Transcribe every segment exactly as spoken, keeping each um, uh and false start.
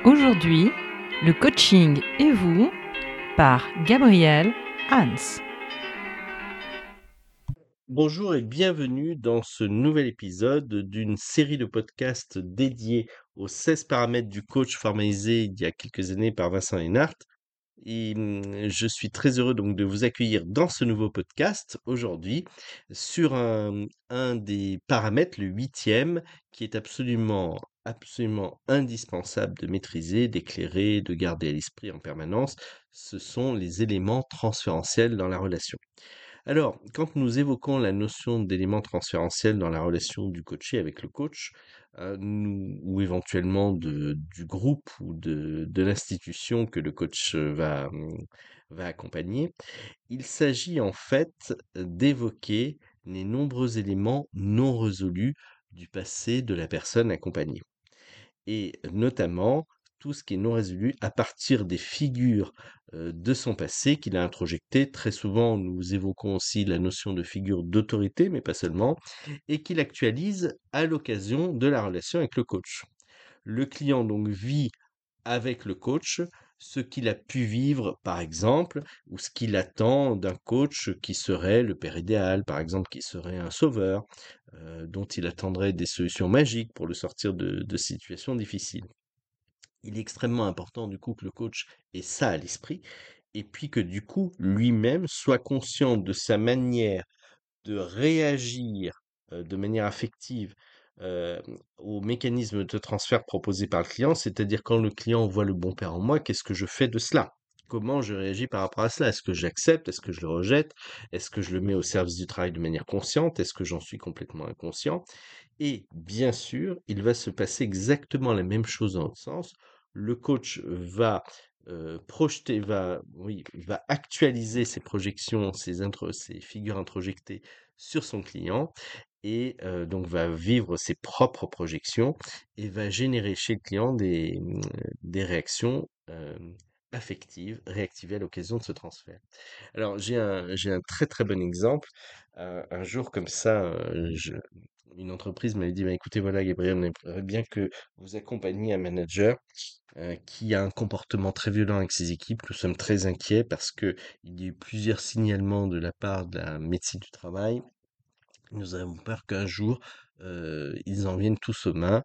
Aujourd'hui, le coaching et vous par Gabriel Hans. Bonjour et bienvenue dans ce nouvel épisode d'une série de podcasts dédiés aux seize paramètres du coach formalisé il y a quelques années par Vincent Hénart. Et hum, je suis très heureux donc de vous accueillir dans ce nouveau podcast aujourd'hui sur un, un des paramètres, le huitième, qui est absolument, absolument indispensable de maîtriser, d'éclairer, de garder à l'esprit en permanence. Ce sont les éléments transférentiels dans la relation. Alors, quand nous évoquons la notion d'élément transférentiel dans la relation du coaché avec le coach, euh, nous- ou éventuellement de, du groupe ou de, de l'institution que le coach euh, va, hum, va accompagner, il s'agit en fait d'évoquer les nombreux éléments non résolus du passé de la personne accompagnée et notamment tout ce qui est non résolu à partir des figures euh, de son passé qu'il a introjectées. Très souvent, nous évoquons aussi la notion de figure d'autorité, mais pas seulement, et qu'il actualise à l'occasion de la relation avec le coach. Le client donc vit avec le coach ce qu'il a pu vivre, par exemple, ou ce qu'il attend d'un coach qui serait le père idéal, par exemple, qui serait un sauveur, euh, dont il attendrait des solutions magiques pour le sortir de, de situations difficiles. Il est extrêmement important du coup que le coach ait ça à l'esprit et puis que du coup lui-même soit conscient de sa manière de réagir euh, de manière affective euh, au mécanisme de transfert proposé par le client, c'est-à-dire quand le client voit le bon père en moi, qu'est-ce que je fais de cela? Comment je réagis par rapport à cela? Est-ce que j'accepte? Est-ce que je le rejette? Est-ce que je le mets au service du travail de manière consciente? Est-ce que j'en suis complètement inconscient? Et bien sûr, il va se passer exactement la même chose dans l'autre sens. Le coach va euh, projeter, va, oui, va actualiser ses projections, ses, intro, ses figures introjectées sur son client et euh, donc va vivre ses propres projections et va générer chez le client des, des réactions euh, affectives, réactivées à l'occasion de ce transfert. Alors, j'ai un, j'ai un très très bon exemple. Euh, un jour comme ça, euh, je- une entreprise m'avait dit, bah, écoutez, voilà, Gabriel, on aimerait bien que vous accompagniez un manager euh, qui a un comportement très violent avec ses équipes. Nous sommes très inquiets parce que il y a eu plusieurs signalements de la part de la médecine du travail. Nous avons peur qu'un jour, heu, ils en viennent tous aux mains,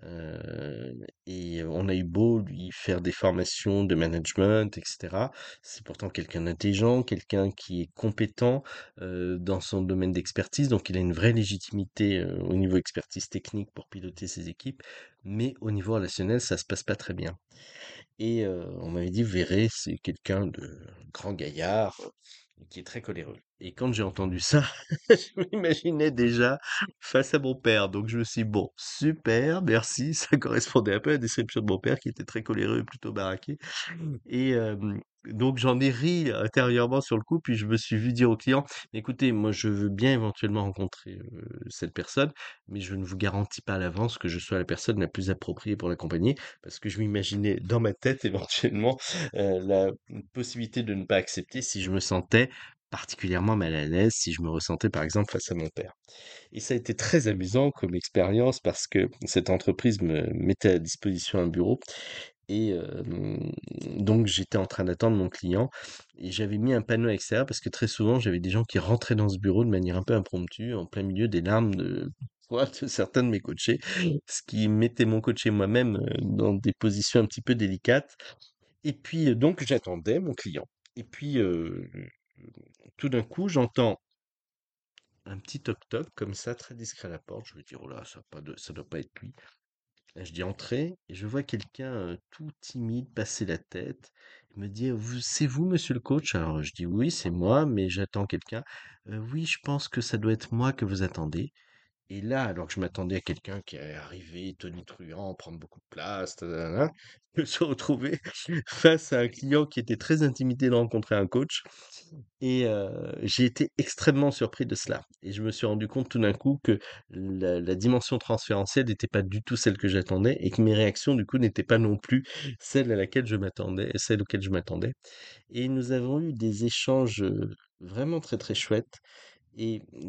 heu et on a eu beau lui faire des formations de management et cetera. C'est pourtant quelqu'un d'intelligent, quelqu'un qui est compétent, heu, dans son domaine d'expertise, donc il a une vraie légitimité, heu, au niveau expertise technique pour piloter ses équipes, mais au niveau relationnel, ça se passe pas très bien. Et heu, on m'avait dit: «Vous verrez, c'est quelqu'un de grand gaillard, heu, qui est très coléreux». Et quand j'ai entendu ça, je m'imaginais déjà face à mon père. Donc je me suis dit: «Bon, super, merci». Ça correspondait un peu à la description de mon père qui était très coléreux et plutôt baraqué. Et hem, donc j'en ai ri intérieurement sur le coup, puis je me suis vu dire au client: «Écoutez, moi je veux bien éventuellement rencontrer, heu, cette personne, mais je ne vous garantis pas à l'avance que je sois la personne la plus appropriée pour l'accompagner». Parce que je m'imaginais dans ma tête éventuellement, heu, la possibilité de ne pas accepter si je me sentais particulièrement mal à l'aise, si je me ressentais par exemple face à mon père. Et ça a été très amusant comme expérience parce que cette entreprise me mettait à disposition un bureau et hem, donc j'étais en train d'attendre mon client et j'avais mis un panneau à l'extérieur parce que très souvent, j'avais des gens qui rentraient dans ce bureau de manière un peu impromptue, en plein milieu des larmes de ouais, de certains de mes coachés, ce qui mettait mon coach et moi-même, heu, dans des positions un petit peu délicates. Et puis, heu, donc j'attendais mon client et puis, heu, tout d'un coup, j'entends un petit toc-toc comme ça, très discret à la porte. Je me dis: «Oh là, ça a pas de ça doit pas être lui». Là, je dis: «Entrez» et je vois quelqu'un, heu, tout timide passer la tête. Il me dit: «Vous c'est vous monsieur le coach?» Alors je dis: «Oui, c'est moi, mais j'attends quelqu'un». «Heu, oui, je pense que ça doit être moi que vous attendez». Et là, alors que je m'attendais à quelqu'un qui allait arriver tonitruant, prendre beaucoup de place, ta ta ta, je me suis retrouvé face à un client qui était très intimidé de rencontrer un coach et heu, j'ai été extrêmement surpris de cela et je me suis rendu compte tout d'un coup que la la dimension transférentielle n'était pas du tout celle que j'attendais et que mes réactions du coup n'étaient pas non plus celles à laquelle je m'attendais celles auxquelles je m'attendais. Et nous avons eu des échanges, heu, vraiment très, très chouettes et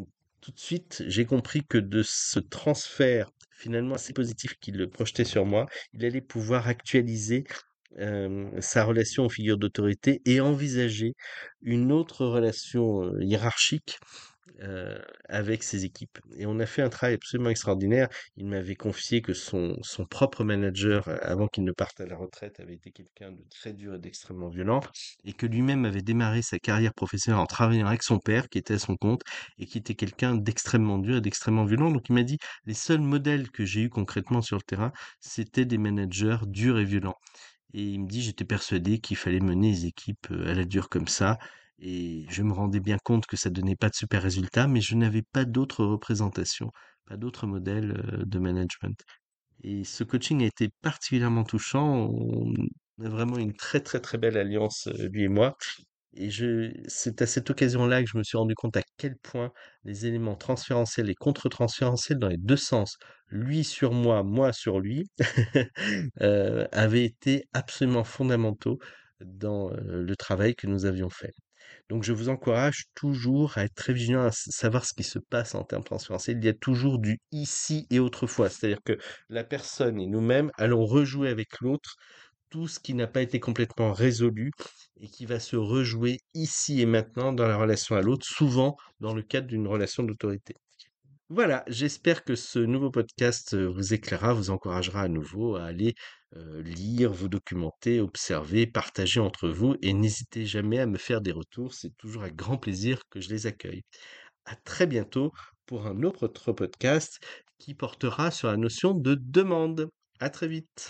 tout de suite, j'ai compris que de ce transfert finalement assez positif qu'il le projetait sur moi, il allait pouvoir actualiser euh, sa relation aux figures d'autorité et envisager une autre relation euh, hiérarchique euh, avec ses équipes. Et on a fait un travail absolument extraordinaire. Il m'avait confié que son, son propre manager, euh, avant qu'il ne parte à la retraite, avait été quelqu'un de très dur et d'extrêmement violent, et que lui-même avait démarré sa carrière professionnelle en travaillant avec son père, qui était à son compte, et qui était quelqu'un d'extrêmement dur et d'extrêmement violent. Donc il m'a dit, les seuls modèles que j'ai eus concrètement sur le terrain, c'était des managers durs et violents. Et il me dit, j'étais persuadé qu'il fallait mener les équipes euh, à la dure comme ça. Et je me rendais bien compte que ça donnait pas de super résultats, mais je n'avais pas d'autre représentation, pas d'autre modèle euh, de management. Et ce coaching a été particulièrement touchant. On a vraiment une très très très belle alliance, euh, lui et moi. Et je, c'est à cette occasion-là que je me suis rendu compte à quel point les éléments transférentiels et contre-transférentiels dans les deux sens, lui sur moi, moi sur lui, euh, avaient été absolument fondamentaux dans euh, le travail que nous avions fait. Donc je vous encourage toujours à être très vigilant, à s- savoir ce qui se passe en termes transférentiels. Il y a toujours du ici et autrefois, c'est-à-dire que la personne et nous-mêmes allons rejouer avec l'autre tout ce qui n'a pas été complètement résolu et qui va se rejouer ici et maintenant dans la relation à l'autre, souvent dans le cadre d'une relation d'autorité. Voilà, j'espère que ce nouveau podcast euh, vous éclairera, vous encouragera à nouveau à aller euh, lire, vous documenter, observer, partager entre vous et n'hésitez jamais à me faire des retours, c'est toujours avec grand plaisir que je les accueille. À très bientôt pour un autre podcast qui portera sur la notion de demande. À très vite.